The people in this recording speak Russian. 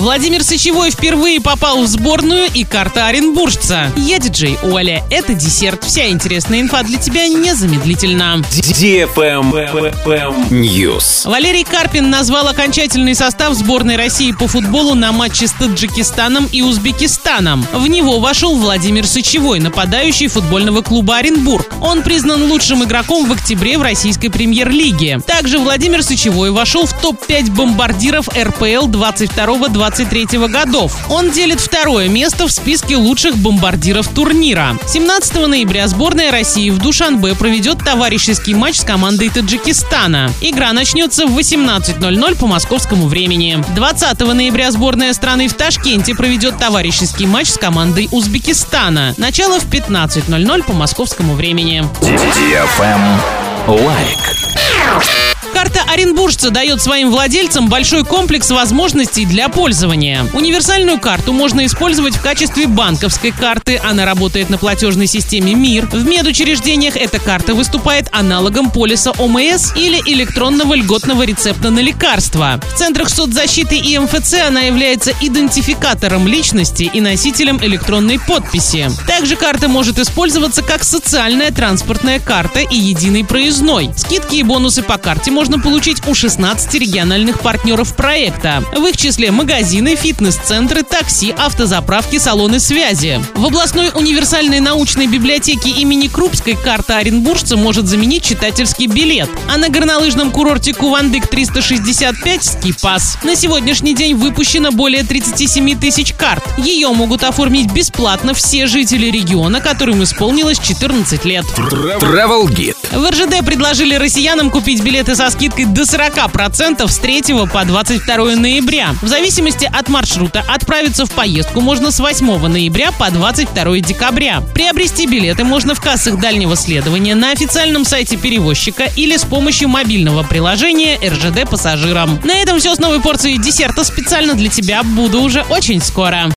Владимир Сычевой впервые попал в сборную и карта оренбуржца. Я диджей Оля. Это десерт. Вся интересная инфа для тебя незамедлительно. News. Валерий Карпин назвал окончательный состав сборной России по футболу на матче с Таджикистаном и Узбекистаном. В него вошел Владимир Сычевой, нападающий футбольного клуба Оренбург. Он признан лучшим игроком в октябре в российской премьер-лиге. Также Владимир Сычевой вошел в топ-5 бомбардиров РПЛ 22-23 годов. Он делит второе место в списке лучших бомбардиров турнира. 17 ноября сборная России в Душанбе проведет товарищеский матч с командой Таджикистана. Игра начнется в 18:00 по московскому времени. 20 ноября сборная страны в Ташкенте проведет товарищеский матч с командой Узбекистана. Начало в 15:00 по московскому времени. Лайк. Карта оренбуржца дает своим владельцам большой комплекс возможностей для пользования. Универсальную карту можно использовать в качестве банковской карты. Она работает на платежной системе МИР. В медучреждениях эта карта выступает аналогом полиса ОМС или электронного льготного рецепта на лекарства. В центрах соцзащиты и МФЦ она является идентификатором личности и носителем электронной подписи. Также карта может использоваться как социальная транспортная карта и единый проездной. Скидки и бонусы по карте можно получить у 16 региональных партнеров проекта. В их числе магазины, фитнес-центры, такси, автозаправки, салоны связи. В областной универсальной научной библиотеке имени Крупской карта оренбуржца может заменить читательский билет. А на горнолыжном курорте Кувандык 365 ски-пас. На сегодняшний день выпущено более 37 тысяч карт. Ее могут оформить бесплатно все жители региона, которым исполнилось 14 лет. Travel Guide. В РЖД предложили россиянам купить билеты со скидкой до 40% с 3 по 22 ноября. В зависимости от маршрута отправиться в поездку можно с 8 ноября по 22 декабря. Приобрести билеты можно в кассах дальнего следования, на официальном сайте перевозчика или с помощью мобильного приложения РЖД пассажирам. На этом все с новой порцией десерта специально для тебя. Буду уже очень скоро.